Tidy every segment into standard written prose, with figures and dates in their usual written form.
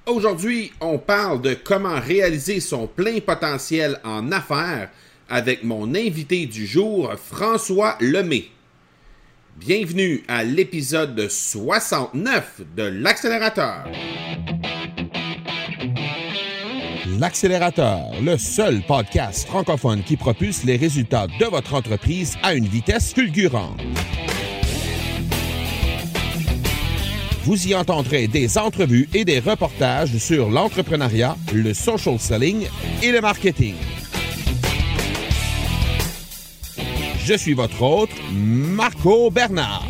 Aujourd'hui, on parle de comment réaliser son plein potentiel en affaires avec mon invité du jour, François Lemay. Bienvenue à l'épisode 69 de l'Accélérateur. L'Accélérateur, le seul podcast francophone qui propulse les résultats de votre entreprise à une vitesse fulgurante. Vous y entendrez des entrevues et des reportages sur l'entrepreneuriat, le social selling et le marketing. Je suis votre hôte, Marco Bernard.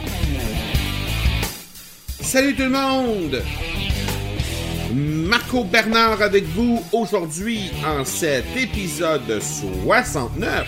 Salut tout le monde! Marco Bernard avec vous aujourd'hui en cet épisode 69.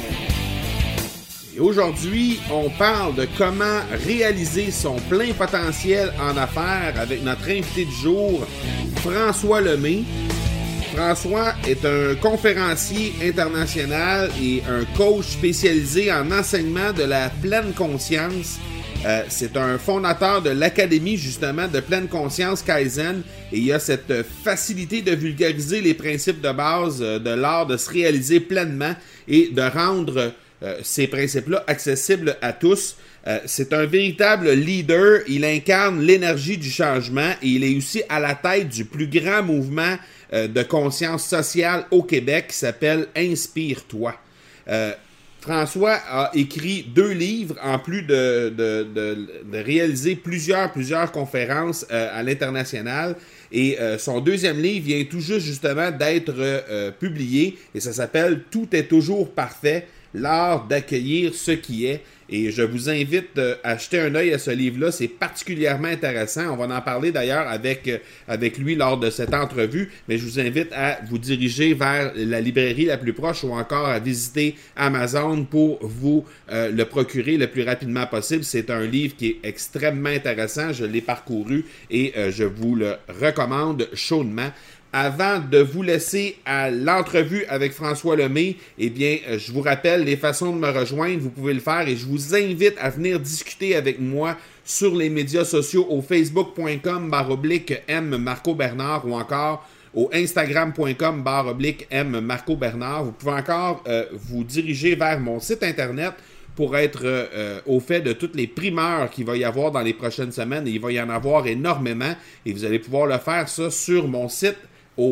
Et aujourd'hui, on parle de comment réaliser son plein potentiel en affaires avec notre invité du jour, François Lemay. François est un conférencier international et un coach spécialisé en enseignement de la pleine conscience. C'est un fondateur de l'Académie, justement, de pleine conscience Kaizen. Et il a cette facilité de vulgariser les principes de base de l'art de se réaliser pleinement et de rendre ces principes-là accessibles à tous. C'est un véritable leader. Il incarne l'énergie du changement et il est aussi à la tête du plus grand mouvement de conscience sociale au Québec qui s'appelle Inspire-toi. François a écrit 2 livres en plus de réaliser plusieurs conférences à l'international. Et son 2e livre vient tout juste justement d'être publié et ça s'appelle « Tout est toujours parfait, l'art d'accueillir ce qui est ». Et je vous invite à jeter un œil à ce livre-là, c'est particulièrement intéressant. On va en parler d'ailleurs avec lui lors de cette entrevue, mais je vous invite à vous diriger vers la librairie la plus proche ou encore à visiter Amazon pour vous le procurer le plus rapidement possible. C'est un livre qui est extrêmement intéressant, je l'ai parcouru et je vous le recommande chaudement. Avant de vous laisser à l'entrevue avec François Lemay, eh bien, je vous rappelle les façons de me rejoindre. Vous pouvez le faire et je vous invite à venir discuter avec moi sur les médias sociaux au facebook.com/M Marco Bernard ou encore au instagram.com/M Marco Bernard. Vous pouvez encore vous diriger vers mon site internet pour être au fait de toutes les primeurs qu'il va y avoir dans les prochaines semaines. Et il va y en avoir énormément et vous allez pouvoir le faire ça sur mon site au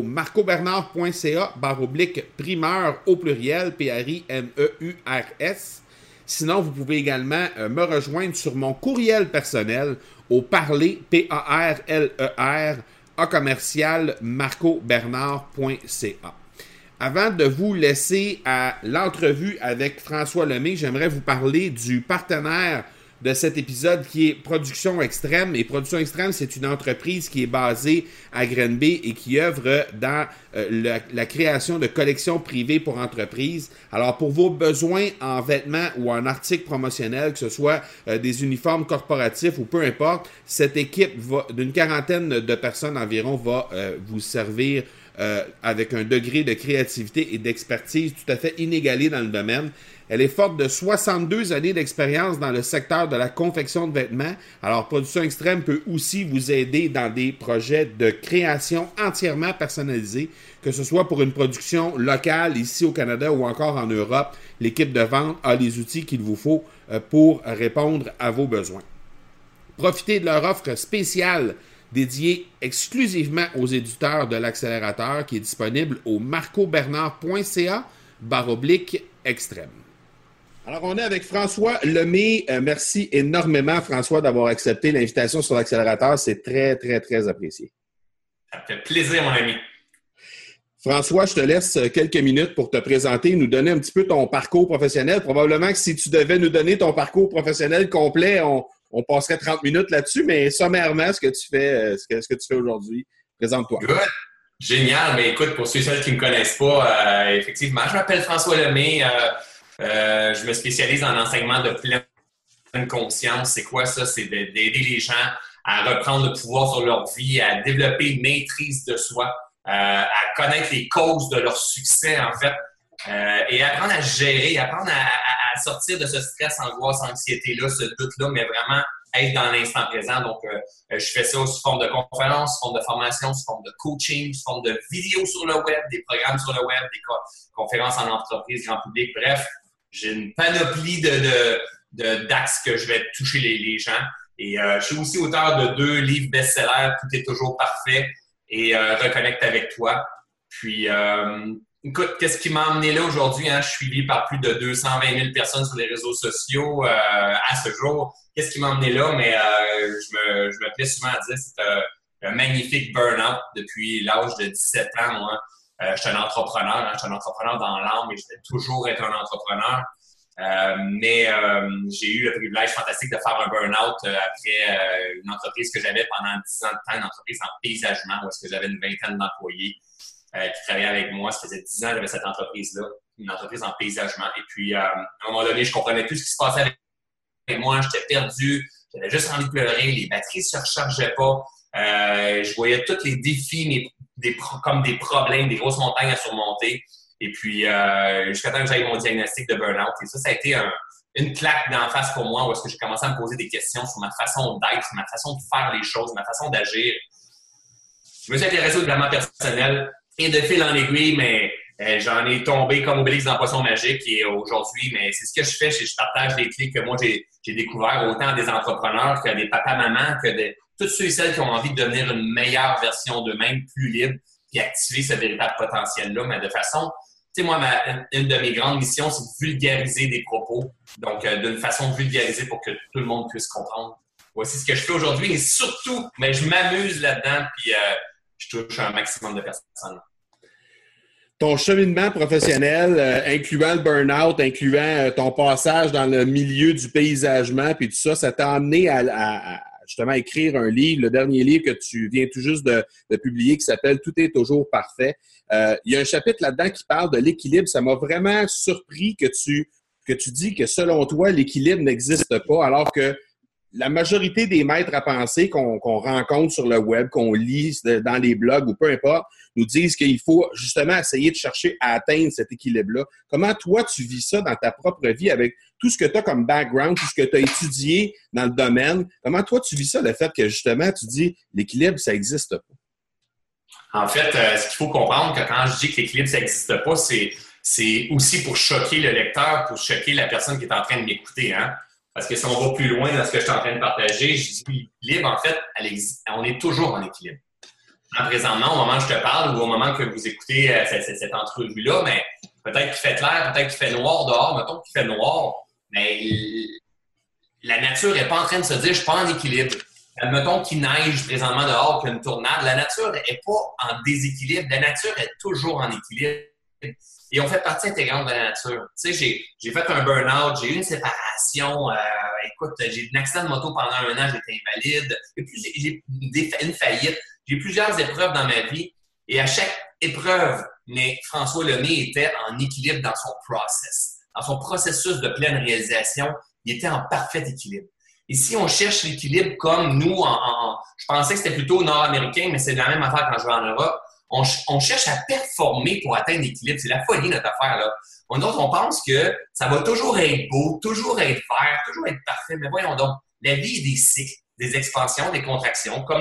marcobernard.ca/primeur au pluriel, P-R-I-M-E-U-R-S. Sinon, vous pouvez également me rejoindre sur mon courriel personnel au parler, P-A-R-L-E-R, à commercial marcobernard.ca. Avant de vous laisser à l'entrevue avec François Lemay, j'aimerais vous parler du partenaire de cet épisode qui est Production Extrême. Et Production Extrême, c'est une entreprise qui est basée à Granby et qui œuvre dans la création de collections privées pour entreprises. Alors, pour vos besoins en vêtements ou en articles promotionnels, que ce soit des uniformes corporatifs ou peu importe, cette équipe d'une quarantaine de personnes environ va vous servir avec un degré de créativité et d'expertise tout à fait inégalé dans le domaine. Elle est forte de 62 années d'expérience dans le secteur de la confection de vêtements. Alors, Production Extrême peut aussi vous aider dans des projets de création entièrement personnalisés, que ce soit pour une production locale ici au Canada ou encore en Europe. L'équipe de vente a les outils qu'il vous faut pour répondre à vos besoins. Profitez de leur offre spéciale dédiée exclusivement aux éditeurs de l'Accélérateur qui est disponible au marcobernard.ca/extrême. Alors, on est avec François Lemay. Merci énormément, François, d'avoir accepté l'invitation sur l'Accélérateur. C'est très, très, très apprécié. Ça fait plaisir, mon ami. François, je te laisse quelques minutes pour te présenter, nous donner un petit peu ton parcours professionnel. Probablement que si tu devais nous donner ton parcours professionnel complet, on passerait 30 minutes là-dessus, mais sommairement, ce que tu fais aujourd'hui, présente-toi. Good. Génial. Mais écoute, pour ceux et celles qui ne me connaissent pas, effectivement, je m'appelle François Lemay. Je me spécialise en enseignement de pleine conscience. C'est quoi ça? C'est d'aider les gens à reprendre le pouvoir sur leur vie, à développer une maîtrise de soi, à connaître les causes de leur succès, en fait, et apprendre à gérer, apprendre à à sortir de ce stress, angoisse, anxiété-là, ce doute-là, mais vraiment être dans l'instant présent. Donc, je fais ça sous forme de conférences, sous forme de formation, sous forme de coaching, sous forme de vidéos sur le web, des programmes sur le web, des conférences en entreprise, grand public. Bref, j'ai une panoplie d'axes que je vais toucher les gens. Et je suis aussi auteur de 2 livres best-sellers, Tout est toujours parfait et Reconnecte avec toi. Puis, écoute, qu'est-ce qui m'a amené là aujourd'hui? Hein? Je suis suivi par plus de 220 000 personnes sur les réseaux sociaux à ce jour. Qu'est-ce qui m'a amené là? Mais je me plais souvent à dire c'est un magnifique burn-out depuis l'âge de 17 ans, moi. Je suis un entrepreneur, hein? Je suis un entrepreneur dans l'âme et je vais toujours être un entrepreneur. Mais j'ai eu le privilège fantastique de faire un burn-out après une entreprise que j'avais pendant 10 ans de temps, une entreprise en paysagement où est-ce que j'avais une vingtaine d'employés qui travaillaient avec moi. Ça faisait 10 ans que j'avais cette entreprise-là, une entreprise en paysagement. Et puis, à un moment donné, je comprenais plus ce qui se passait avec moi. J'étais perdu, j'avais juste envie de pleurer, les batteries ne se rechargeaient pas. Je voyais tous les défis comme des problèmes, des grosses montagnes à surmonter. Et puis, jusqu'à temps que j'aille mon diagnostic de burn-out. Et ça a été une claque d'en face pour moi où est-ce que j'ai commencé à me poser des questions sur ma façon d'être, sur ma façon de faire les choses, ma façon d'agir. Je me suis intéressé au développement personnel et de fil en aiguille, mais j'en ai tombé comme Obélix dans Potion magique et aujourd'hui, mais c'est ce que je fais, je partage les clés que moi j'ai découvert autant des entrepreneurs que des papas-mamans, que tous ceux et celles qui ont envie de devenir une meilleure version d'eux-mêmes, plus libre, puis activer ce véritable potentiel-là, mais de façon... Tu sais, moi, une de mes grandes missions, c'est de vulgariser des propos. Donc, d'une façon de vulgariser pour que tout le monde puisse comprendre. Voici ce que je fais aujourd'hui. Et surtout, mais je m'amuse là-dedans, puis je touche un maximum de personnes. Ton cheminement professionnel, incluant le burn-out, incluant ton passage dans le milieu du paysagement, puis tout ça, ça t'a amené à justement écrire un livre, le dernier livre que tu viens tout juste de publier qui s'appelle « Tout est toujours parfait ». Il y a un chapitre là-dedans qui parle de l'équilibre. Ça m'a vraiment surpris que tu dis que selon toi, l'équilibre n'existe pas, alors que la majorité des maîtres à penser qu'on rencontre sur le web, qu'on lit dans les blogs ou peu importe, nous disent qu'il faut justement essayer de chercher à atteindre cet équilibre-là. Comment toi, tu vis ça dans ta propre vie avec tout ce que tu as comme background, tout ce que tu as étudié dans le domaine? Comment toi, tu vis ça, le fait que justement, tu dis l'équilibre, ça n'existe pas? En fait, ce qu'il faut comprendre, que quand je dis que l'équilibre, ça n'existe pas, c'est aussi pour choquer le lecteur, pour choquer la personne qui est en train de m'écouter. Hein? Parce que si on va plus loin dans ce que je suis en train de partager, je dis l'équilibre, en fait, on est toujours en équilibre. Présentement, au moment où je te parle ou au moment que vous écoutez cette entrevue-là, mais peut-être qu'il fait clair, peut-être qu'il fait noir dehors, mettons qu'il fait noir, mais la nature n'est pas en train de se dire « je suis pas en équilibre ». Admettons qu'il neige présentement dehors, qu'il y a une tornade, la nature n'est pas en déséquilibre, la nature est toujours en équilibre. Et on fait partie intégrante de la nature. Tu sais, j'ai fait un burn-out, j'ai eu une séparation, écoute, j'ai eu un accident de moto pendant 1 an, j'étais invalide, et puis j'ai une faillite. J'ai eu plusieurs épreuves dans ma vie et à chaque épreuve, François Lemay était en équilibre dans son process. Dans son processus de pleine réalisation, il était en parfait équilibre. Et si on cherche l'équilibre comme nous, je pensais que c'était plutôt nord-américain, mais c'est la même affaire quand je vais en Europe, on cherche à performer pour atteindre l'équilibre. C'est la folie, notre affaire, là. On pense que ça va toujours être beau, toujours être vert, toujours être parfait. Mais voyons donc, la vie est des cycles, des expansions, des contractions, comme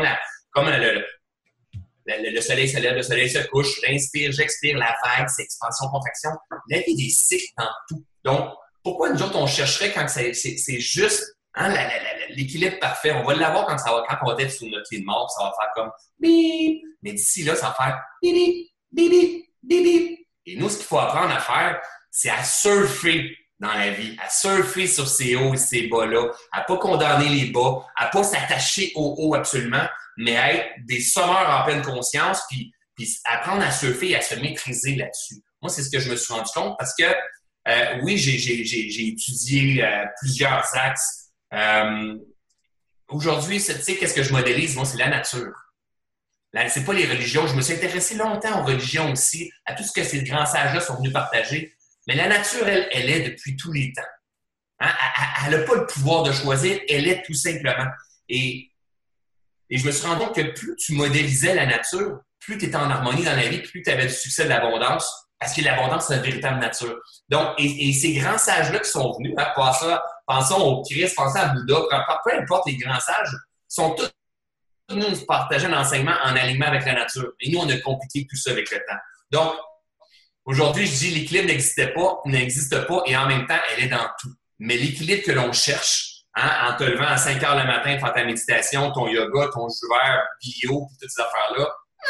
le soleil se lève, le soleil se couche, j'inspire, j'expire, la vague, c'est expansion, contraction. La vie est des cycles dans tout. Donc, pourquoi nous autres, on chercherait quand c'est juste l'équilibre parfait? On va l'avoir quand on va être sur notre lit de mort, ça va faire comme bip. Mais d'ici là, ça va faire bip, bip, bip, bip, bip. Et nous, ce qu'il faut apprendre à faire, c'est à surfer dans la vie, à surfer sur ces hauts et ces bas-là, à pas condamner les bas, à pas s'attacher au haut absolument, mais à être des sommeurs en pleine conscience, puis apprendre à surfer et à se maîtriser là-dessus. Moi, c'est ce que je me suis rendu compte parce que, oui, j'ai étudié plusieurs axes. Aujourd'hui, tu sais, qu'est-ce que je modélise? Moi, c'est la nature. C'est pas les religions. Je me suis intéressé longtemps aux religions aussi, à tout ce que ces grands sages-là sont venus partager. Mais la nature, elle est depuis tous les temps. Hein? Elle n'a pas le pouvoir de choisir, elle est tout simplement. Et je me suis rendu compte que plus tu modélisais la nature, plus tu étais en harmonie dans la vie, plus tu avais du succès, de l'abondance. Parce que l'abondance, c'est une véritable nature. Donc, et ces grands sages-là qui sont venus, hein, pensons au Christ, pensons à Bouddha, peu importe les grands sages, sont tous nous partager un enseignement en alignement avec la nature. Et nous, on a compliqué tout ça avec le temps. Donc, aujourd'hui, je dis l'équilibre n'existe pas et en même temps, elle est dans tout. Mais l'équilibre que l'on cherche, hein, en te levant à 5 heures le matin, faire ta méditation, ton yoga, ton jus vert, bio, toutes ces affaires-là,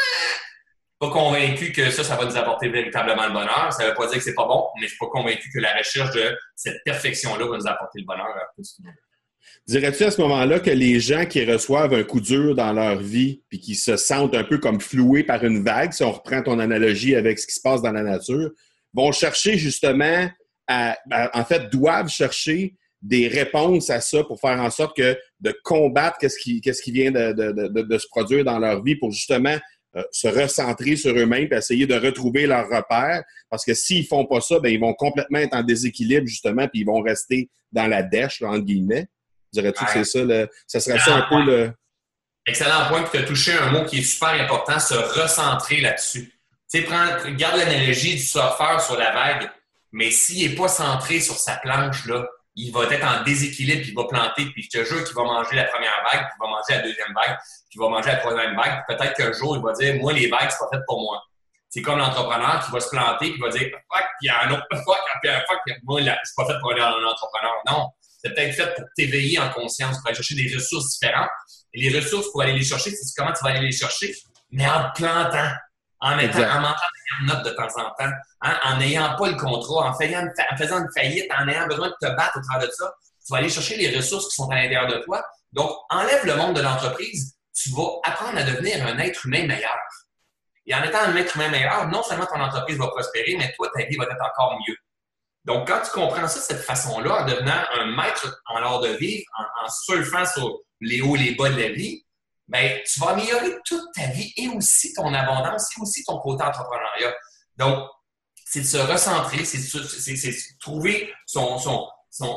pas convaincu que ça va nous apporter véritablement le bonheur. Ça ne veut pas dire que c'est pas bon, mais je suis pas convaincu que la recherche de cette perfection-là va nous apporter le bonheur. Dirais-tu à ce moment-là que les gens qui reçoivent un coup dur dans leur vie puis qui se sentent un peu comme floués par une vague, si on reprend ton analogie avec ce qui se passe dans la nature, vont chercher justement doivent chercher des réponses à ça pour faire en sorte que de combattre qu'est-ce qui vient de se produire dans leur vie pour justement se recentrer sur eux-mêmes et essayer de retrouver leur repère. Parce que s'ils font pas ça, ils vont complètement être en déséquilibre, justement, puis ils vont rester dans la dèche, entre guillemets. Dirais-tu que c'est ça? Ça serait ça un peu le... Excellent point. Puis tu as touché un mot qui est super important, se recentrer là-dessus. Tu sais, regarde l'analogie du surfeur sur la vague, mais s'il n'est pas centré sur sa planche, là, il va être en déséquilibre, puis il va planter, puis je te jure qu'il va manger la première vague, puis il va manger la deuxième vague, puis il va manger la troisième vague, puis peut-être qu'un jour, il va dire « Moi, les vagues, c'est pas fait pour moi ». C'est comme l'entrepreneur qui va se planter, puis il va dire « Fuck », puis il y a un autre « fuck », puis un « fuck », puis moi, c'est pas fait pour un entrepreneur. Non, c'est peut-être fait pour t'éveiller en conscience, pour aller chercher des ressources différentes. Et les ressources, pour aller les chercher, c'est comment tu vas aller les chercher, mais en te plantant, en mentant des notes de temps en temps, hein, en n'ayant pas le contrat, en faisant une faillite, en ayant besoin de te battre au travers de ça, tu vas aller chercher les ressources qui sont à l'intérieur de toi. Donc, enlève le monde de l'entreprise, tu vas apprendre à devenir un être humain meilleur. Et en étant un être humain meilleur, non seulement ton entreprise va prospérer, mais toi, ta vie va être encore mieux. Donc, quand tu comprends ça de cette façon-là, en devenant un maître en l'art de vivre, en surfant sur les hauts et les bas de la vie, ben, tu vas améliorer toute ta vie et aussi ton abondance et aussi ton côté entrepreneuriat. Donc, c'est de se recentrer, c'est de trouver son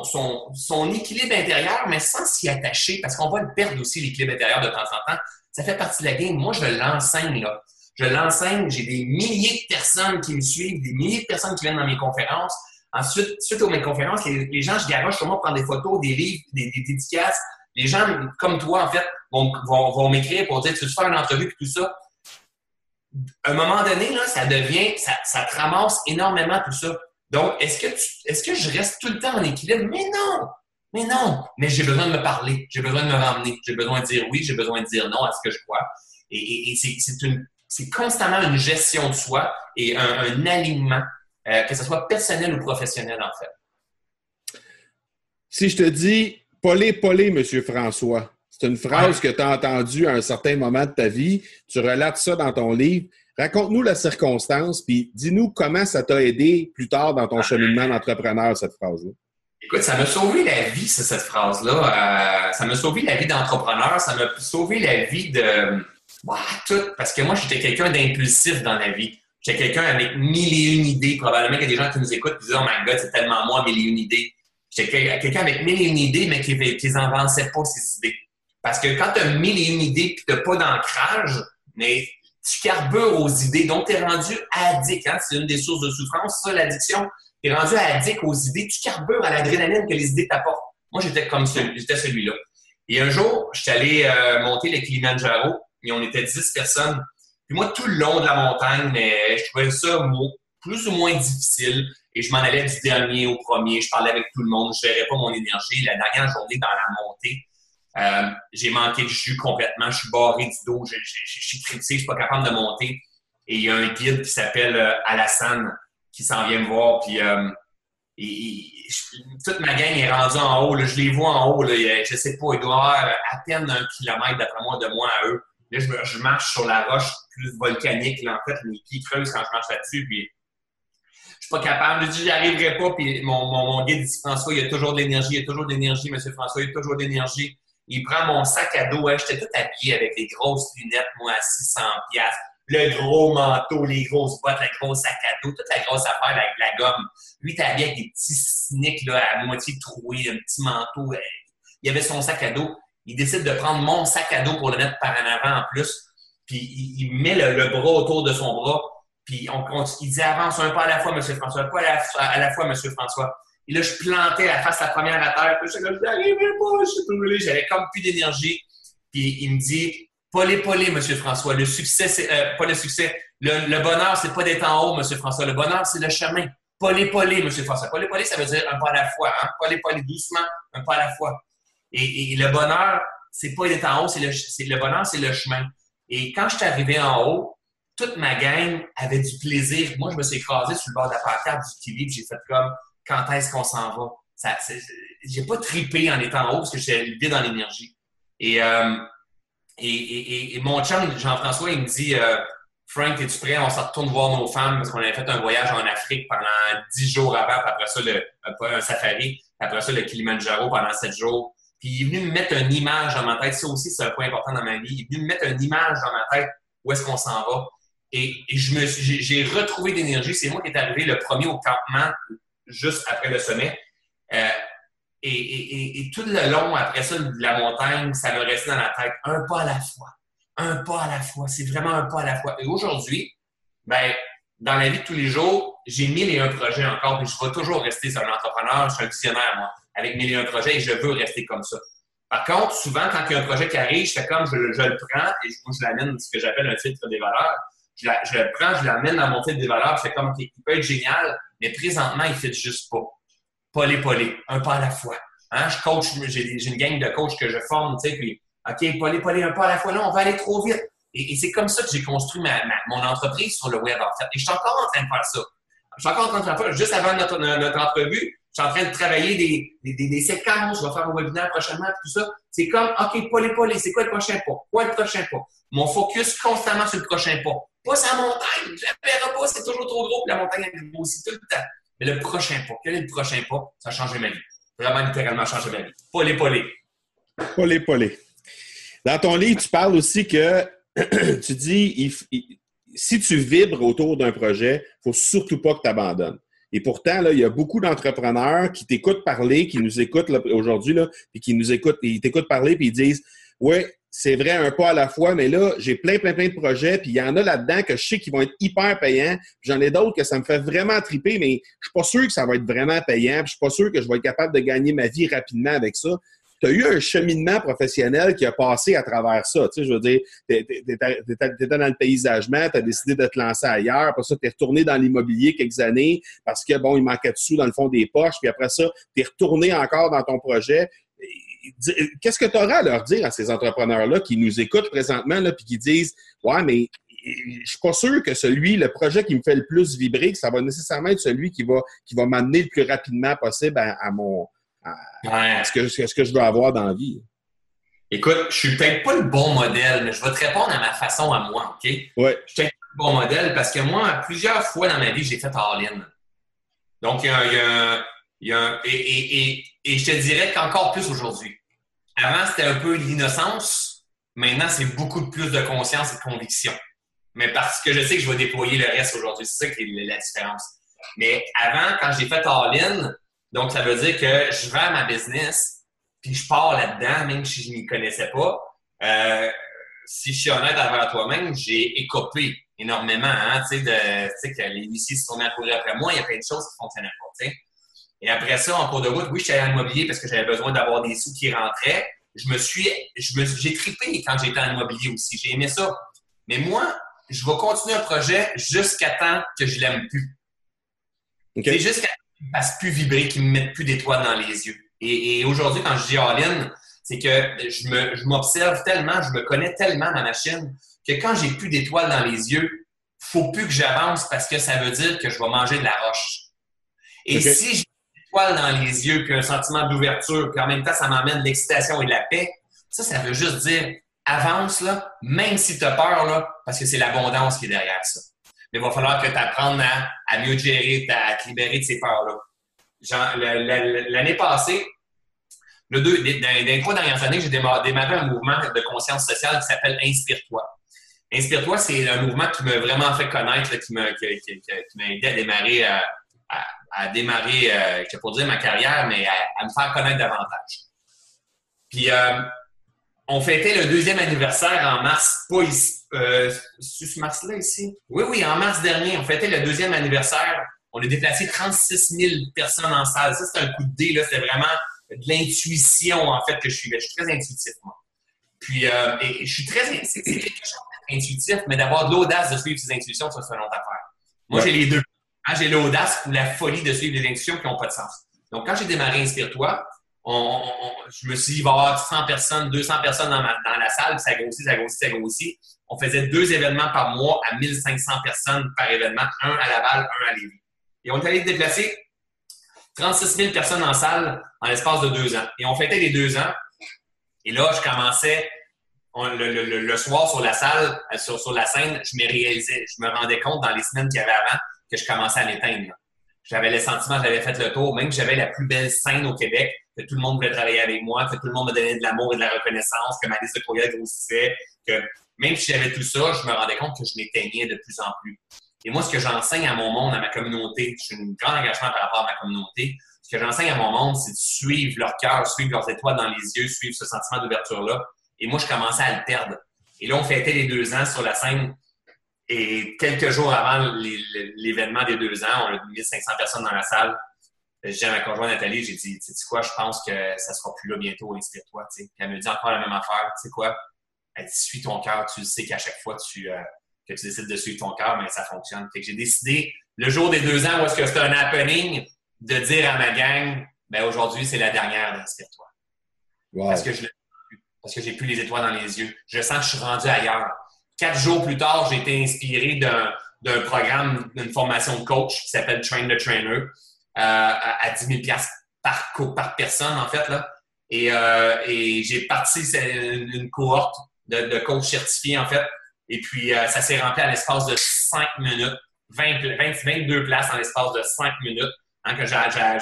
équilibre intérieur, mais sans s'y attacher, parce qu'on va le perdre aussi, l'équilibre intérieur de temps en temps. Ça fait partie de la game. Moi, je l'enseigne, là. Je l'enseigne, j'ai des milliers de personnes qui me suivent, des milliers de personnes qui viennent dans mes conférences. Ensuite, suite aux mes conférences, les gens, je garoche sur moi prendre des photos, des livres, des dédicaces. Les gens, comme toi, en fait, vont m'écrire pour dire « Tu veux faire une entrevue et tout ça? » À un moment donné, là, ça te ramasse énormément tout ça. Donc, est-ce que je reste tout le temps en équilibre? Mais non! Mais j'ai besoin de me parler, j'ai besoin de me ramener, j'ai besoin de dire oui, j'ai besoin de dire non à ce que je crois. Et c'est constamment une gestion de soi et un alignement, que ce soit personnel ou professionnel, en fait. Si je te dis « Polé, Monsieur François », c'est une phrase que tu as entendue à un certain moment de ta vie. Tu relates ça dans ton livre. Raconte-nous la circonstance, puis dis-nous comment ça t'a aidé plus tard dans ton cheminement d'entrepreneur, cette phrase-là. Écoute, ça m'a sauvé la vie, cette phrase-là. Ça m'a sauvé la vie d'entrepreneur. Ça m'a sauvé la vie de... tout. Parce que moi, j'étais quelqu'un d'impulsif dans la vie. J'étais quelqu'un avec 1001 idées. Probablement qu'il y a des gens qui nous écoutent et disent « Oh my God, c'est tellement moi, 1001 idées. » J'étais quelqu'un avec 1001 idées, mais qui n'invençait pas ces idées. Parce que quand tu as 1001 idées et que tu n'as pas d'ancrage, mais tu carbures aux idées. Donc, tu es rendu addict. Hein? C'est une des sources de souffrance, ça, l'addiction. Tu es rendu addict aux idées. Tu carbures à l'adrénaline que les idées t'apportent. Moi, j'étais celui-là. Et un jour, je suis allé monter le Kilimanjaro et on était 10 personnes. Puis moi, tout le long de la montagne, je trouvais ça plus ou moins difficile. Et je m'en allais du dernier au premier. Je parlais avec tout le monde. Je ne gérais pas mon énergie. La dernière journée dans la montée, j'ai manqué de jus complètement. Je suis barré du dos. Je suis critiqué. Je ne suis pas capable de monter. Et il y a un guide qui s'appelle Alassane qui s'en vient me voir. Puis toute ma gang est rendue en haut. Là. Je les vois en haut. Là. Je ne sais pas. Il doit y avoir à peine 1 kilomètre d'après moi de moi à eux. Là, je marche sur la roche plus volcanique. Là, en fait, mes pieds creusent quand je marche là-dessus. Puis je suis pas capable. Je dis, j'y arriverai pas. Puis mon guide dit, François, il y a toujours de l'énergie. Il y a toujours de l'énergie, monsieur François. Il y a toujours de l'énergie. Il prend mon sac à dos. Hein, j'étais tout habillé avec des grosses lunettes, moi, à 600$. Le gros manteau, les grosses bottes, le gros sac à dos, toute la grosse affaire avec la gomme. Lui, t'es habillé avec des petits sneaks là, à moitié troués, un petit manteau. Il avait son sac à dos. Il décide de prendre mon sac à dos pour le mettre par en avant en plus. Puis il met le bras autour de son bras. Puis il disait avance un pas à la fois, M. François, un pas à la fois, M. François. Et là, je plantais la face la première à terre. Puis je n'arrivais pas, je suis brûlé. J'avais comme plus d'énergie. Puis il me dit, polé, M. François. Le succès, c'est pas le succès. Le bonheur, c'est pas d'être en haut, M. François. Le bonheur, c'est le chemin. Polé, M. François. Polé, ça veut dire un pas à la fois. Hein? Polé, doucement, un pas à la fois. Et le bonheur, c'est pas d'être en haut, le bonheur, c'est le chemin. Et quand je suis arrivé en haut, toute ma gang avait du plaisir. Moi, je me suis écrasé sur le bord de la pancarte du Kiwi, puis j'ai fait comme, quand est-ce qu'on s'en va? J'ai pas tripé en étant en haut parce que j'étais vide dans l'énergie. Et mon chum, Jean-François, il me dit, Frank, es-tu prêt? On s'en retourne voir nos femmes parce qu'on avait fait un voyage en Afrique pendant 10 jours avant, puis après ça, un safari, puis après ça, le Kilimanjaro pendant 7 jours. Puis il est venu me mettre une image dans ma tête. Ça aussi, c'est un point important dans ma vie. Il est venu me mettre une image dans ma tête où est-ce qu'on s'en va. Et j'ai retrouvé d'énergie. C'est moi qui est arrivé le premier au campement juste après le sommet. Et tout le long, après ça, de la montagne, ça me restait dans la tête. Un pas à la fois. Un pas à la fois. C'est vraiment un pas à la fois. Et aujourd'hui, dans la vie de tous les jours, j'ai 1001 projets encore. Puis je vais toujours rester un entrepreneur. Je suis un visionnaire, moi, avec 1001 projets et je veux rester comme ça. Par contre, souvent, quand il y a un projet qui arrive, je fais comme je le prends et je l'amène ce que j'appelle un filtre des valeurs. Je le prends, je l'amène dans mon filtre des valeurs. Je fais comme, OK, il peut être génial, mais présentement, il ne fit juste pas. Polé, un pas à la fois. Hein? Je coach, j'ai une gang de coachs que je forme, tu sais, puis OK, polé, un pas à la fois. Là, on va aller trop vite. Et c'est comme ça que j'ai construit mon entreprise sur le web, en fait. Et je suis encore en train de faire ça. Je suis encore en train de faire ça. Juste avant notre entrevue, je suis en train de travailler des séquences. Je vais faire un webinaire prochainement, tout ça. C'est comme, OK, polé, c'est quoi le prochain pas? Quoi le prochain pas? Mon focus constamment sur le prochain pas. Pas sa montagne. Je la verrai pas, c'est toujours trop gros, puis la montagne, elle grossit tout le temps. Mais le prochain pas. Quel est le prochain pas? Ça a changé ma vie. Vraiment, littéralement, changé ma vie. Polé. Polé. Dans ton livre, tu parles aussi que tu dis, si tu vibres autour d'un projet, il ne faut surtout pas que tu abandonnes. Et pourtant, là, il y a beaucoup d'entrepreneurs qui t'écoutent parler, qui nous écoutent là, aujourd'hui, là, puis qui nous écoutent, ils t'écoutent parler, puis ils disent, ouais, c'est vrai, un pas à la fois, mais là, j'ai plein de projets, puis il y en a là-dedans que je sais qu'ils vont être hyper payants, puis j'en ai d'autres que ça me fait vraiment triper, mais je suis pas sûr que ça va être vraiment payant, puis je suis pas sûr que je vais être capable de gagner ma vie rapidement avec ça. Tu as eu un cheminement professionnel qui a passé à travers ça. Tu sais, je veux dire, t'étais dans le paysagement, tu as décidé de te lancer ailleurs. Après ça, tu es retourné dans l'immobilier quelques années parce que, bon, il manquait de sous dans le fond des poches. Puis après ça, tu es retourné encore dans ton projet. Qu'est-ce que tu aurais à leur dire à ces entrepreneurs-là qui nous écoutent présentement là, puis qui disent « Ouais, mais je suis pas sûr que le projet qui me fait le plus vibrer, que ça va nécessairement être celui qui va m'amener le plus rapidement possible à ce que je veux avoir dans la vie. » Écoute, je suis peut-être pas le bon modèle, mais je vais te répondre à ma façon à moi, OK? Ouais. Je suis peut-être pas le bon modèle parce que moi, plusieurs fois dans ma vie, j'ai fait all-in. Donc, et je te dirais qu'encore plus aujourd'hui. Avant, c'était un peu l'innocence. Maintenant, c'est beaucoup plus de conscience et de conviction. Mais parce que je sais que je vais déployer le reste aujourd'hui. C'est ça qui est la différence. Mais avant, quand j'ai fait all-in, donc ça veut dire que je vends ma business puis je pars là-dedans, même si je ne m'y connaissais pas. Si je suis honnête envers toi-même, j'ai écopé énormément. Hein, tu sais que les huissiers se sont accourus après moi. Il y a plein de choses qui ne fonctionnaient pas. T'sais. Et après ça, en cours de route, oui, je suis allé en immobilier parce que j'avais besoin d'avoir des sous qui rentraient. J'ai trippé quand j'étais en immobilier aussi. J'ai aimé ça. Mais moi, je vais continuer un projet jusqu'à temps que je l'aime plus. Okay. C'est jusqu'à temps qu'il ne me fasse plus vibrer, qu'il ne me mette plus d'étoiles dans les yeux. Et aujourd'hui, quand je dis all-in, c'est que je m'observe tellement, je me connais tellement ma machine que quand j'ai plus d'étoiles dans les yeux, il ne faut plus que j'avance parce que ça veut dire que je vais manger de la roche. Et okay. Si j'ai des étoiles dans les yeux, puis un sentiment d'ouverture, puis en même temps, ça m'emmène de l'excitation et de la paix, ça veut juste dire avance, là, même si tu as peur, là, parce que c'est l'abondance qui est derrière ça. Mais il va falloir que tu apprennes à mieux te gérer, à te libérer de ces peurs-là. L'année passée, dans les 3 dernières années, j'ai démarré un mouvement de conscience sociale qui s'appelle Inspire-toi. Inspire-toi, c'est un mouvement qui m'a vraiment fait connaître, là, qui m'a aidé à démarrer, je ne pour dire ma carrière, mais à me faire connaître davantage. Puis, on fêtait le 2e anniversaire en mars, pas ici, ce mars-là ici? Oui, en mars dernier, on fêtait le 2e anniversaire. On a déplacé 36 000 personnes en salle. Ça, c'est un coup de dé, là. C'était vraiment de l'intuition, en fait, que je suivais. Je suis très intuitif, moi. Puis, et je suis c'est quelque chose d'être intuitif, mais d'avoir de l'audace de suivre ses intuitions, ça, c'est une autre affaire. Moi, j'ai les deux. Hein, j'ai l'audace ou la folie de suivre des intuitions qui n'ont pas de sens. Donc, quand j'ai démarré Inspire-toi, je me suis dit, il va y avoir 100 personnes, 200 personnes dans la salle, puis ça grossit. On faisait 2 événements par mois à 1500 personnes par événement, un à Laval, un à Lévis. Et on est allé déplacer 36 000 personnes en salle en l'espace de 2 ans. Et on fêtait les 2 ans. Et là, je commençais le soir sur la salle, sur la scène, je me rendais compte dans les semaines qu'il y avait avant que je commençais à m'éteindre. J'avais le sentiment que j'avais fait le tour, même que j'avais la plus belle scène au Québec, que tout le monde voulait travailler avec moi, que tout le monde me donnait de l'amour et de la reconnaissance, que ma liste de courriels grossissait, que même si j'avais tout ça, je me rendais compte que je m'éteignais de plus en plus. Et moi, ce que j'enseigne à mon monde, à ma communauté, je suis un grand engagement par rapport à ma communauté, ce que j'enseigne à mon monde, c'est de suivre leur cœur, suivre leurs étoiles dans les yeux, suivre ce sentiment d'ouverture-là. Et moi, je commençais à le perdre. Et là, on fêtait les 2 ans sur la scène. Et quelques jours avant l'événement des 2 ans, on a 1500 personnes dans la salle. J'ai dit à ma conjointe Nathalie, j'ai dit, tu sais quoi, je pense que ça sera plus là bientôt, Inspire-toi. Puis elle me dit encore la même affaire. Tu sais quoi? Elle dit, suis ton cœur. Tu le sais qu'à chaque fois que tu décides de suivre ton cœur, mais ça fonctionne. Fait que j'ai décidé, le jour des 2 ans où est-ce que c'était un happening, de dire à ma gang, ben aujourd'hui, c'est la dernière d'Inspire-toi. Wow. Parce que j'ai plus les étoiles dans les yeux. Je sens que je suis rendu ailleurs. 4 jours plus tard, j'ai été inspiré d'un programme, d'une formation de coach qui s'appelle Train the Trainer à 10 000 $ par personne, en fait. Là. Et j'ai parti une cohorte de coachs certifiés, en fait. Et puis, ça s'est rempli à l'espace de 5 minutes. 22 places en l'espace de 5 minutes. Hein, que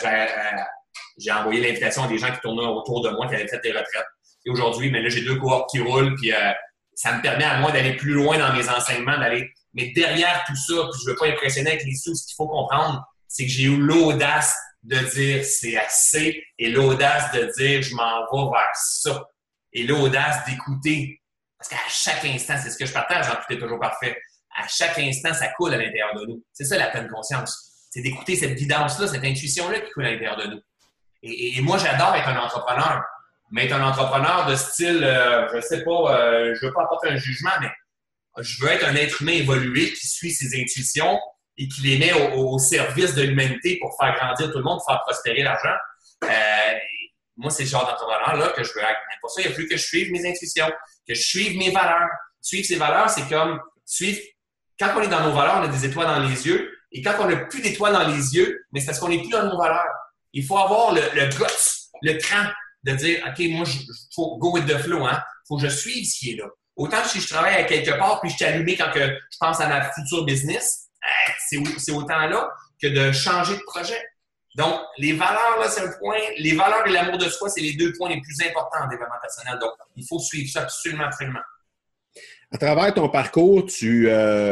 j'ai envoyé l'invitation à des gens qui tournaient autour de moi, qui avaient fait des retraites. Et aujourd'hui, mais là, j'ai 2 cohortes qui roulent, puis ça me permet à moi d'aller plus loin dans mes enseignements, mais derrière tout ça, puis je ne veux pas impressionner avec les sous, ce qu'il faut comprendre, c'est que j'ai eu l'audace de dire c'est assez et l'audace de dire je m'en vais vers ça. Et l'audace d'écouter. Parce qu'à chaque instant, c'est ce que je partage, tout est toujours parfait. À chaque instant, ça coule à l'intérieur de nous. C'est ça la pleine conscience. C'est d'écouter cette guidance-là, cette intuition-là qui coule à l'intérieur de nous. Et moi, j'adore être un entrepreneur. Mais être un entrepreneur de style, je sais pas, je veux pas apporter un jugement, mais je veux être un être humain évolué qui suit ses intuitions et qui les met au service de l'humanité pour faire grandir tout le monde, pour faire prospérer l'argent. Moi, c'est ce genre d'entrepreneur-là que je veux être. Mais pour ça, il a fallu que je suive mes intuitions, que je suive mes valeurs. Suivre ses valeurs, c'est comme suivre. Quand on est dans nos valeurs, on a des étoiles dans les yeux. Et quand on n'a plus d'étoiles dans les yeux, mais c'est parce qu'on n'est plus dans nos valeurs. Il faut avoir le guts, le cran de dire, OK, moi, faut go with the flow, hein. Faut que je suive ce qui est là. Autant que si je travaille à quelque part puis je suis allumé quand que je pense à ma future business, c'est autant là que de changer de projet. Donc, les valeurs, là, c'est un point. Les valeurs et l'amour de soi, c'est les 2 points les plus importants en développement personnel. Donc, il faut suivre ça absolument, absolument. À travers ton parcours, tu as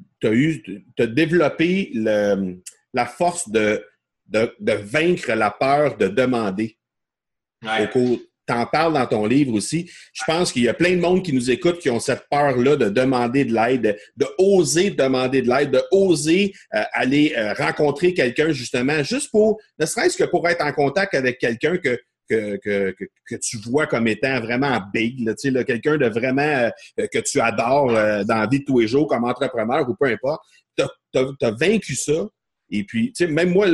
développé la force de vaincre la peur de demander. Ouais. T'en parles dans ton livre aussi. Je pense qu'il y a plein de monde qui nous écoute qui ont cette peur-là de demander de l'aide, de oser demander de l'aide, de oser aller rencontrer quelqu'un justement, juste pour, ne serait-ce que pour être en contact avec quelqu'un que tu vois comme étant vraiment big, là, tu sais, quelqu'un de vraiment que tu adores dans la vie de tous les jours comme entrepreneur ou peu importe. T'as vaincu ça. Et puis, tu sais, même moi,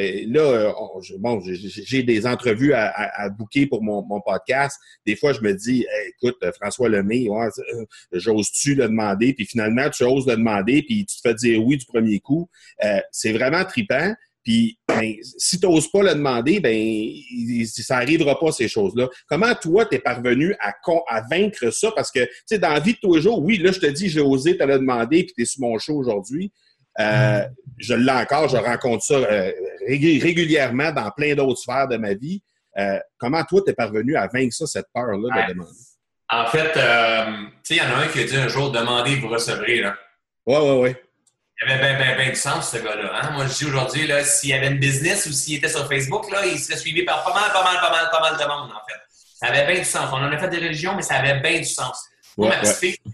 j'ai des entrevues à booker pour mon podcast. Des fois, je me dis, hey, écoute, François Lemay, ouais, j'ose-tu le demander? Puis finalement, tu oses le demander, puis tu te fais dire oui du premier coup. C'est vraiment trippant. Puis, si tu n'oses pas le demander, ça n'arrivera pas, ces choses-là. Comment, toi, tu es parvenu à vaincre ça? Parce que, tu sais, dans la vie de tous les jours, oui, là, je te dis, j'ai osé te le demander, puis tu es sur mon show aujourd'hui. Je l'ai encore, je rencontre ça régulièrement dans plein d'autres sphères de ma vie. Comment, toi, tu es parvenu à vaincre ça, cette peur-là de demander? En fait, tu sais, il y en a un qui a dit un jour, demandez, vous recevrez, là. Oui. Il y avait bien du sens, ce gars-là. Hein? Moi, je dis aujourd'hui, là, s'il y avait une business ou s'il était sur Facebook, là, il serait suivi par pas mal de monde, en fait. Ça avait bien du sens. On en a fait des religions, mais ça avait bien du sens. Moi, ma petite fille,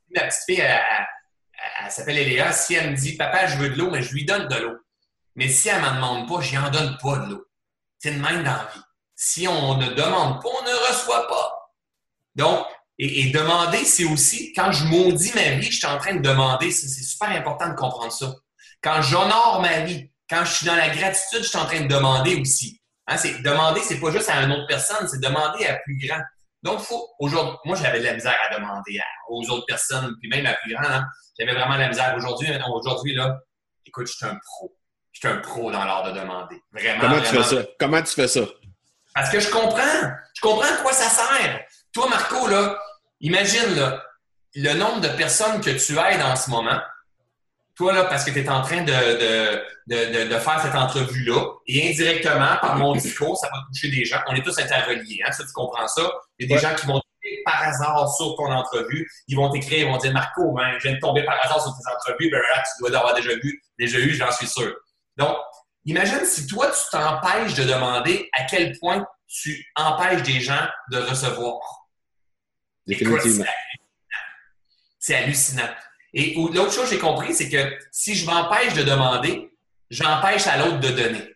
Ma petite fille, elle s'appelle Eléa. Si elle me dit, papa, je veux de l'eau, mais je lui donne de l'eau. Mais si elle ne m'en demande pas, je n'en donne pas de l'eau. C'est de même dans la vie. Si on ne demande pas, on ne reçoit pas. Donc, et demander, c'est aussi, quand je maudis ma vie, je suis en train de demander. C'est super important de comprendre ça. Quand j'honore ma vie, quand je suis dans la gratitude, je suis en train de demander aussi. Hein, demander, c'est pas juste à une autre personne, c'est demander à plus grand. Donc, aujourd'hui, moi, j'avais de la misère à demander aux autres personnes, puis même à plus grand, hein, j'avais vraiment de la misère. Aujourd'hui, là, écoute, je suis un pro. Je suis un pro dans l'art de demander. Vraiment. Comment tu fais ça? Parce que je comprends à quoi ça sert. Toi, Marco, là, imagine là, le nombre de personnes que tu aides en ce moment. Toi, là, parce que tu es en train de faire cette entrevue-là, et indirectement, par mon discours, ça va toucher des gens. On est tous interreliés, hein? Ça, tu comprends ça? Il y a des gens qui vont t'écrire par hasard sur ton entrevue. Ils vont t'écrire, ils vont dire, Marco, ben, je viens de tomber par hasard sur tes entrevues. Ben là, tu dois l'avoir déjà eu, j'en suis sûr. Donc, imagine si toi, tu t'empêches de demander à quel point tu empêches des gens de recevoir. Définitivement. Écoute, c'est hallucinant. Et l'autre chose que j'ai compris, c'est que si je m'empêche de demander, j'empêche à l'autre de donner.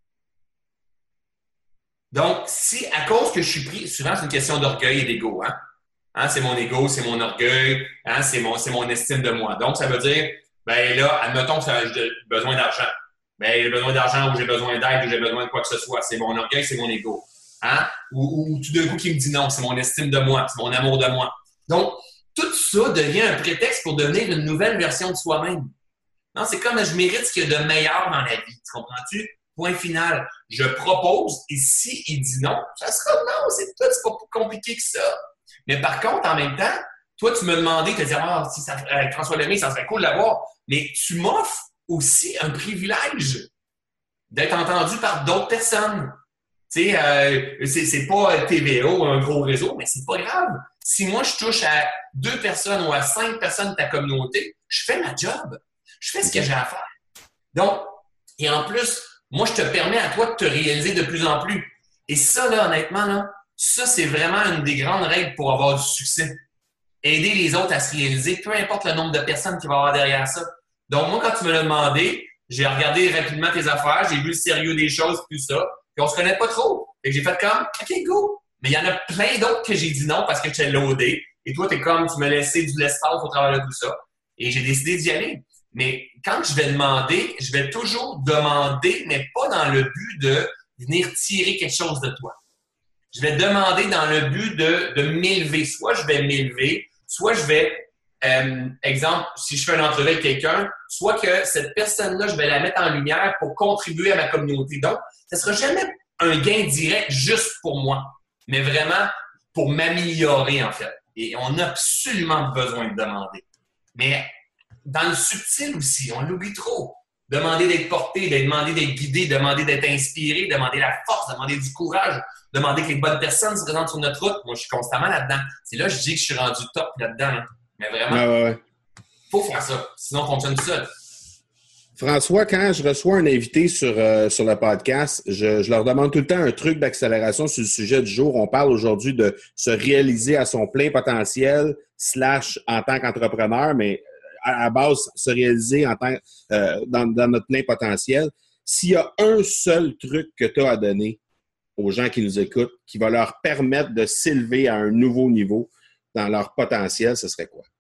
Donc, si à cause que je suis pris, souvent c'est une question d'orgueil et d'ego, hein? Hein, c'est mon ego, c'est mon orgueil, hein, c'est mon estime de moi. Donc, ça veut dire, ben là, admettons que j'ai besoin d'argent. Ben, j'ai besoin d'argent ou j'ai besoin d'aide ou j'ai besoin de quoi que ce soit. C'est mon orgueil, c'est mon ego. Hein? Ou tout d'un coup qui me dit non, c'est mon estime de moi, c'est mon amour de moi. Donc, tout ça devient un prétexte pour devenir une nouvelle version de soi-même. Non, c'est comme je mérite ce qu'il y a de meilleur dans la vie. Tu comprends-tu? Point final. Je propose et si il dit non, ça sera non. C'est pas plus compliqué que ça. Mais par contre, en même temps, toi, tu me demandais, tu te dis, si ça, avec François Lemay, ça serait cool d'avoir. Mais tu m'offres aussi un privilège d'être entendu par d'autres personnes. Tu sais, c'est pas TVA ou un gros réseau, mais c'est pas grave. Si moi, je touche à 2 personnes ou à 5 personnes de ta communauté, je fais ma job. Je fais ce que j'ai à faire. Donc, et en plus, moi, je te permets à toi de te réaliser de plus en plus. Et ça, là, honnêtement, là, ça, c'est vraiment une des grandes règles pour avoir du succès. Aider les autres à se réaliser, peu importe le nombre de personnes qu'il va y avoir derrière ça. Donc, moi, quand tu me l'as demandé, j'ai regardé rapidement tes affaires, j'ai vu le sérieux des choses, tout ça. Puis on se connaît pas trop. Et j'ai fait comme, OK, go. Mais il y en a plein d'autres que j'ai dit non parce que je t'ai loadé. Et toi, t'es comme, tu m'as laissé de l'espace au travers de tout ça. Et j'ai décidé d'y aller. Mais quand je vais demander, je vais toujours demander, mais pas dans le but de venir tirer quelque chose de toi. Je vais demander dans le but de m'élever. Soit je vais m'élever, soit je vais, exemple, si je fais une entrevue avec quelqu'un, soit que cette personne-là, je vais la mettre en lumière pour contribuer à ma communauté. Donc, ce ne sera jamais un gain direct juste pour moi, mais vraiment pour m'améliorer, en fait. Et on a absolument besoin de demander. Mais dans le subtil aussi, on l'oublie trop. Demander d'être porté, demander d'être guidé, demander d'être inspiré, demander la force, demander du courage, demander que les bonnes personnes se présentent sur notre route. Moi, je suis constamment là-dedans. C'est là que je dis que je suis rendu top là-dedans. Hein. Mais vraiment, faut faire ça. Sinon, on fonctionne tout seul. François, quand je reçois un invité sur le podcast, je leur demande tout le temps un truc d'accélération sur le sujet du jour. On parle aujourd'hui de se réaliser à son plein potentiel / en tant qu'entrepreneur, mais à base, se réaliser dans notre plein potentiel. S'il y a un seul truc que tu as à donner aux gens qui nous écoutent, qui va leur permettre de s'élever à un nouveau niveau dans leur potentiel, ce serait quoi?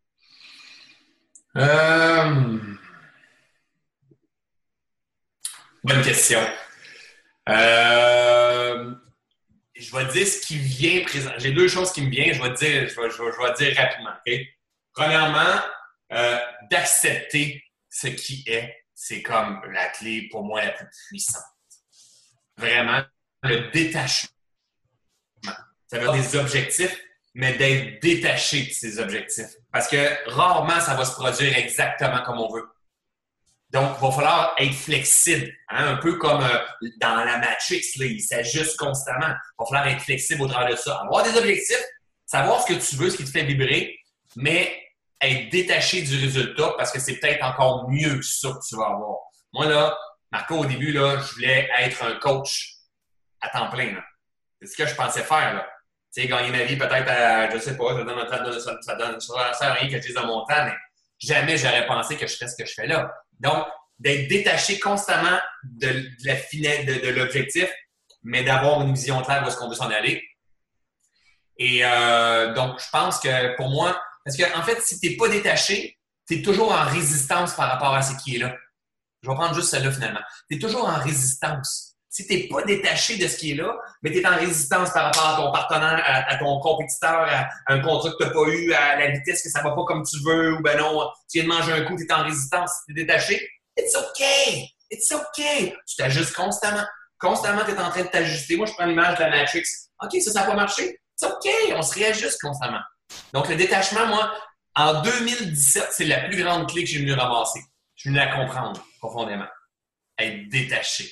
Bonne question. Je vais te dire ce qui vient présent. J'ai 2 choses qui me viennent. Je vais te dire rapidement. Okay? Premièrement, d'accepter ce qui est, c'est comme la clé pour moi la plus puissante. Vraiment, le détachement. Ça veut dire des objectifs, mais d'être détaché de ces objectifs. Parce que rarement, ça va se produire exactement comme on veut. Donc, il va falloir être flexible, hein? Un peu comme dans la Matrix, là, il s'ajuste constamment. Il va falloir être flexible au travers de ça. Avoir des objectifs, savoir ce que tu veux, ce qui te fait vibrer, mais être détaché du résultat parce que c'est peut-être encore mieux que ça que tu vas avoir. Moi, là, Marco, au début, là, je voulais être un coach à temps plein. Là. C'est ce que je pensais faire. Là. sais, gagner ma vie peut-être à, je sais pas, ça sert à rien que je dise de mon temps, mais jamais j'aurais pensé que je ferais ce que je fais là. Donc, d'être détaché constamment de l'objectif, mais d'avoir une vision claire où est-ce qu'on veut s'en aller. Et donc, je pense que pour moi, parce qu'en fait, si tu n'es pas détaché, tu es toujours en résistance par rapport à ce qui est là. Je vais prendre juste celle-là finalement. Tu es toujours en résistance. Si tu n'es pas détaché de ce qui est là, mais tu es en résistance par rapport à ton partenaire, à ton compétiteur, à un contrat que tu n'as pas eu, à la vitesse que ça ne va pas comme tu veux, ou ben non, tu viens de manger un coup, tu es en résistance, tu es détaché. It's okay! It's okay! Tu t'ajustes constamment. Constamment, tu es en train de t'ajuster. Moi, je prends l'image de la Matrix. OK, ça n'a pas marché. C'est OK! On se réajuste constamment. Donc, le détachement, moi, en 2017, c'est la plus grande clé que j'ai venu ramasser. Je suis venu la comprendre profondément. Être détaché.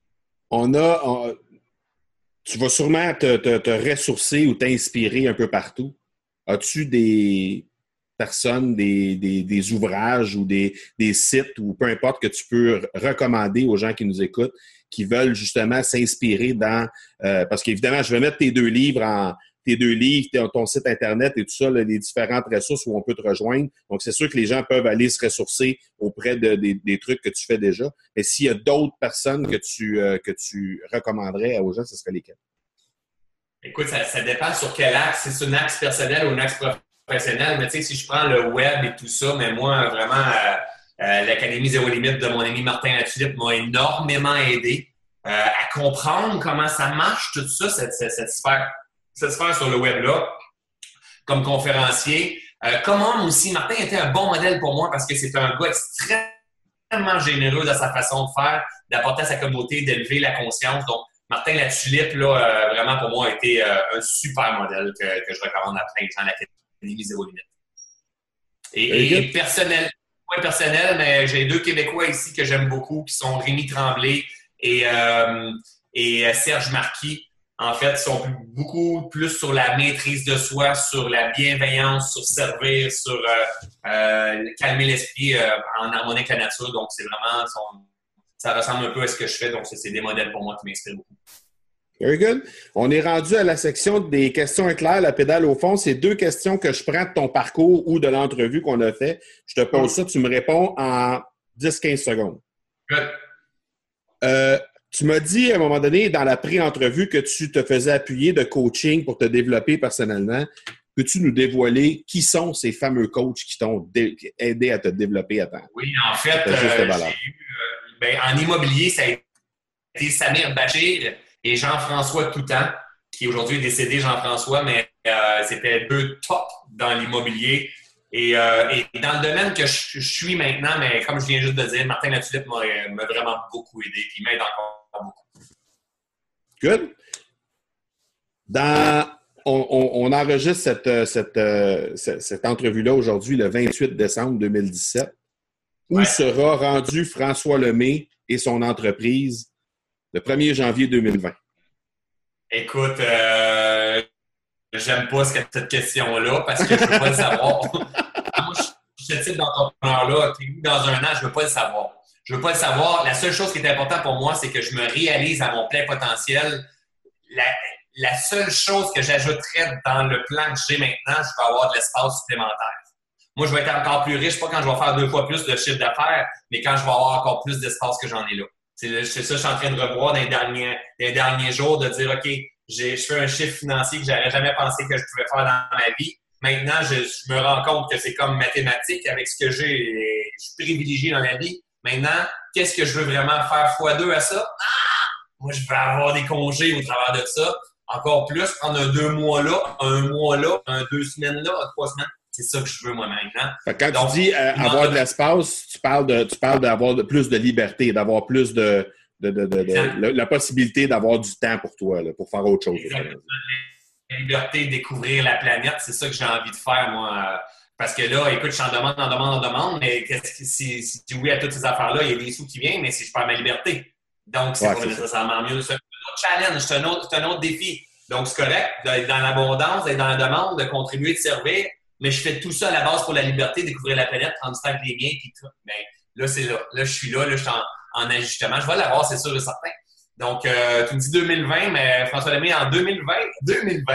Tu vas sûrement te ressourcer ou t'inspirer un peu partout. As-tu des personnes, des ouvrages ou des sites ou peu importe que tu peux recommander aux gens qui nous écoutent, qui veulent justement s'inspirer dans... parce qu'évidemment, je vais mettre tes deux livres, ton site Internet et tout ça, là, les différentes ressources où on peut te rejoindre. Donc, c'est sûr que les gens peuvent aller se ressourcer auprès des trucs que tu fais déjà. Mais s'il y a d'autres personnes que tu recommanderais aux gens, ce serait lesquels? Écoute, ça dépend sur quel axe. Si c'est un axe personnel ou un axe professionnel. Mais tu sais, si je prends le web et tout ça, mais moi, vraiment, l'Académie Zéro Limite de mon ami Martin Latulippe m'a énormément aidé à comprendre comment ça marche, tout ça, cette sphère sur le web-là, comme conférencier. Comme homme aussi, Martin était un bon modèle pour moi parce que c'est un gars extrêmement généreux dans sa façon de faire, d'apporter à sa communauté, d'élever la conscience. Donc, Martin Latulippe, là, vraiment pour moi, a été un super modèle que je recommande à plein de gens à l'Académie Zéro Limite. Et personnel, mais j'ai deux Québécois ici que j'aime beaucoup, qui sont Rémi Tremblay et Serge Marquis. En fait, sont beaucoup plus sur la maîtrise de soi, sur la bienveillance, sur servir, sur calmer l'esprit en harmonie avec la nature. Donc, c'est vraiment... ça ressemble un peu à ce que je fais. Donc, c'est des modèles pour moi qui m'inspirent beaucoup. Very good. On est rendu à la section des questions éclairs, la pédale au fond. C'est 2 questions que je prends de ton parcours ou de l'entrevue qu'on a fait. Je te pose ça, tu me réponds en 10-15 secondes. Good. Tu m'as dit à un moment donné, dans la pré-entrevue, que tu te faisais appuyer de coaching pour te développer personnellement. Peux-tu nous dévoiler qui sont ces fameux coachs qui t'ont aidé à te développer à temps? Oui, en fait, en immobilier, ça a été Samir Bachir et Jean-François Toutan, qui aujourd'hui est décédé, Jean-François, mais c'était 2 top dans l'immobilier. Et dans le domaine que je suis maintenant, mais comme je viens juste de dire, Martin Latulippe m'a vraiment beaucoup aidé et il m'aide encore beaucoup. Good. On enregistre cette entrevue-là aujourd'hui, le 28 décembre 2017. Où sera rendu François Lemay et son entreprise le 1er janvier 2020? Écoute, j'aime pas cette question-là parce que je ne veux pas le savoir. Moi, je suis ce type d'entrepreneur-là. Dans un an, je ne veux pas le savoir. Je ne veux pas le savoir. La seule chose qui est importante pour moi, c'est que je me réalise à mon plein potentiel. La seule chose que j'ajouterais dans le plan que j'ai maintenant, je vais avoir de l'espace supplémentaire. Moi, je vais être encore plus riche, pas quand je vais faire 2 fois plus de chiffre d'affaires, mais quand je vais avoir encore plus d'espace que j'en ai là. C'est ça que je suis en train de revoir dans les derniers jours, de dire, OK, je fais un chiffre financier que j'aurais jamais pensé que je pouvais faire dans ma vie. Maintenant, je me rends compte que c'est comme mathématique avec ce que j'ai. Je suis privilégié dans la vie. Maintenant, qu'est-ce que je veux vraiment faire x2 à ça? Moi, je veux avoir des congés au travers de ça. Encore plus, prendre un 2 mois là, un mois là, un 2 semaines là, un 3 semaines. C'est ça que je veux moi maintenant. Quand donc, tu dis avoir de l'espace, tu parles d'avoir plus de liberté, d'avoir plus de la possibilité d'avoir du temps pour toi, là, pour faire autre chose. Exactement. La liberté de découvrir la planète, c'est ça que j'ai envie de faire, moi. Parce que là, écoute, je suis en demande, mais si tu oui à toutes ces affaires-là, il y a des sous qui viennent, mais si je perds ma liberté. Donc, c'est pas nécessairement mieux. C'est un autre challenge, c'est un autre défi. Donc, c'est correct d'être dans l'abondance, d'être dans la demande, de contribuer, de servir. Mais je fais tout ça à la base pour la liberté, découvrir la planète, prendre du temps avec les miens, puis tout. Mais là, c'est là. Là, je suis là, je suis en ajustement. Je vais l'avoir, c'est sûr et certain. Donc, tu me dis 2020, mais François Lemay, en 2020,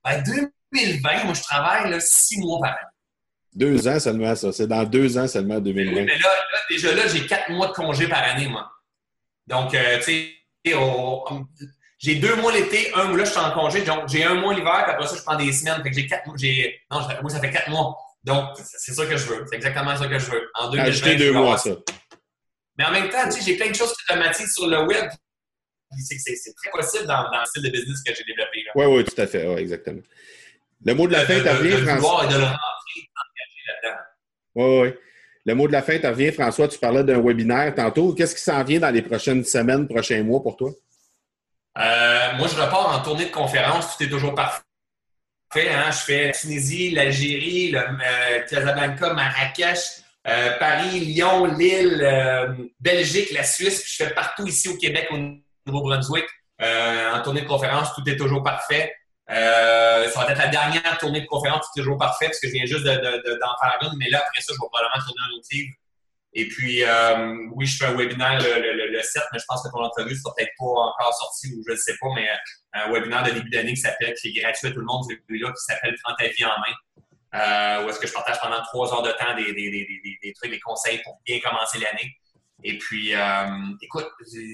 Ben, 2020, moi, je travaille là, 6 mois par année. 2 ans seulement, ça. C'est dans 2 ans seulement, 2020. Oui, mais là, déjà là, j'ai 4 mois de congé par année, moi. Donc, tu sais, j'ai 2 mois l'été, 1 mois là, je suis en congé. Donc, j'ai 1 mois l'hiver, puis après ça, je prends des semaines. Fait que j'ai 4 mois. Moi, ça fait 4 mois. Donc, c'est ça que je veux. C'est exactement ça que je veux. En 2020, ajouter 2 mois, ça. Mais en même temps, tu sais, j'ai plein de choses qui automatisent sur le web. C'est très possible dans le style de business que j'ai développé. Oui, tout à fait. Oui, exactement. Le mot de la fin, t'en reviens, François. Et de le rentrer, d'engager là-dedans. Oui. Le mot de la fin, t'en reviens, François. Tu parlais d'un webinaire tantôt. Qu'est-ce qui s'en vient dans les prochaines semaines, prochains mois pour toi? Moi, je repars en tournée de conférence. Tout est toujours parfait. Hein? Je fais Tunisie, l'Algérie, Casablanca, Marrakech, Paris, Lyon, Lille, Belgique, la Suisse. Puis je fais partout ici au Québec, au Nouveau-Brunswick. En tournée de conférence, tout est toujours parfait. Ça va être la dernière tournée de conférence, tout est toujours parfait, parce que je viens juste d'en faire une. Mais là, après ça, je vais probablement tourner un autre livre. Et puis, oui, je fais un webinaire le 7, mais je pense que ton entrevue ne sera peut-être pas encore sortie, ou je ne sais pas, mais un webinaire de début d'année qui est gratuit à tout le monde, celui-là, qui s'appelle « Prends ta vie en main », où est-ce que je partage pendant 3 heures de temps des trucs, des conseils pour bien commencer l'année. Et puis, écoute,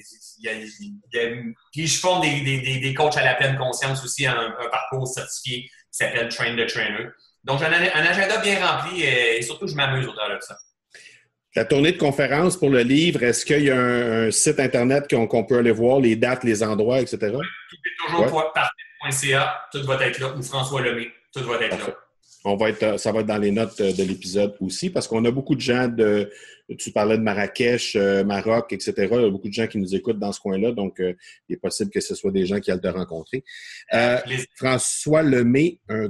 puis je forme des coachs à la pleine conscience aussi, un parcours certifié qui s'appelle « Train the Trainer ». Donc, j'ai un agenda bien rempli et surtout, je m'amuse au-delà de ça. La tournée de conférence pour le livre, est-ce qu'il y a un site Internet qu'on peut aller voir, les dates, les endroits, etc.? Oui, tout est toujours parfait.ca, tout va être là, ou François Lemay, tout va être là. Ça va être dans les notes de l'épisode aussi, parce qu'on a beaucoup de gens tu parlais de Marrakech, Maroc, etc. Il y a beaucoup de gens qui nous écoutent dans ce coin-là, donc il est possible que ce soit des gens qui aillent te rencontrer. François Lemay, un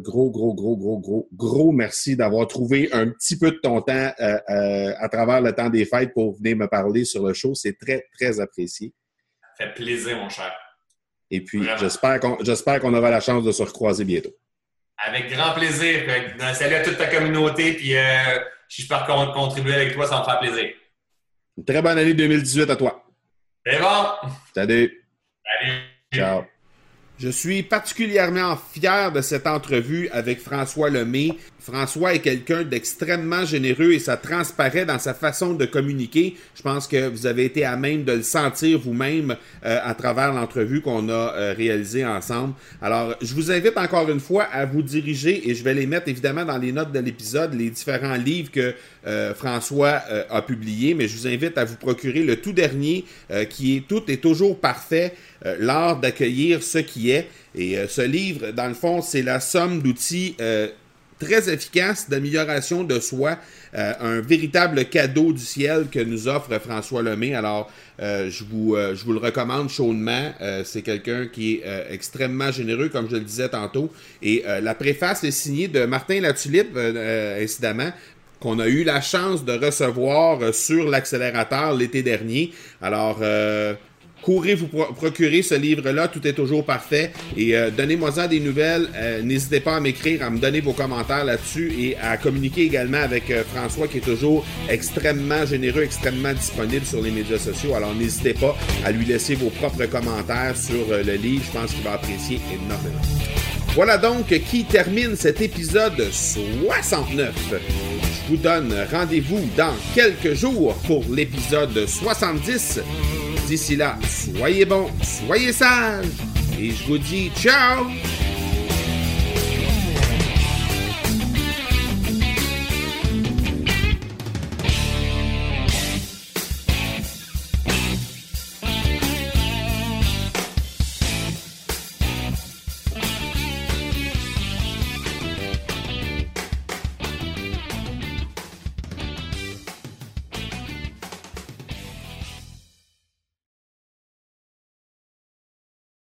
gros merci d'avoir trouvé un petit peu de ton temps à travers le temps des fêtes pour venir me parler sur le show. C'est très, très apprécié. Ça fait plaisir, mon cher. Et puis, j'espère qu'on aura la chance de se recroiser bientôt. Avec grand plaisir. Salut à toute ta communauté, puis si je peux contribuer avec toi, ça me fait plaisir. Une très bonne année 2018 à toi. C'est bon. Salut. Salut. Ciao. Je suis particulièrement fier de cette entrevue avec François Lemay. François est quelqu'un d'extrêmement généreux et ça transparaît dans sa façon de communiquer. Je pense que vous avez été à même de le sentir vous-même à travers l'entrevue qu'on a réalisée ensemble. Alors, je vous invite encore une fois à vous diriger et je vais les mettre évidemment dans les notes de l'épisode, les différents livres que François a publiés, mais je vous invite à vous procurer le tout dernier qui est Tout est toujours parfait, l'art d'accueillir ce qui est. Et ce livre, dans le fond, c'est la somme d'outils très efficaces d'amélioration de soi, un véritable cadeau du ciel que nous offre François Lemay. Alors, je vous le recommande chaudement. C'est quelqu'un qui est extrêmement généreux, comme je le disais tantôt. Et la préface est signée de Martin Latulippe, incidemment, qu'on a eu la chance de recevoir sur l'accélérateur l'été dernier. Alors, courez vous procurer ce livre-là, Tout est toujours parfait, et donnez-moi-en des nouvelles. N'hésitez pas à m'écrire, à me donner vos commentaires là-dessus et à communiquer également avec François qui est toujours extrêmement généreux, extrêmement disponible sur les médias sociaux. Alors n'hésitez pas à lui laisser vos propres commentaires sur le livre. Je pense qu'il va apprécier énormément. Voilà donc qui termine cet épisode 69. Je vous donne rendez-vous dans quelques jours pour l'épisode 70. D'ici là, soyez bons, soyez sages, et je vous dis ciao!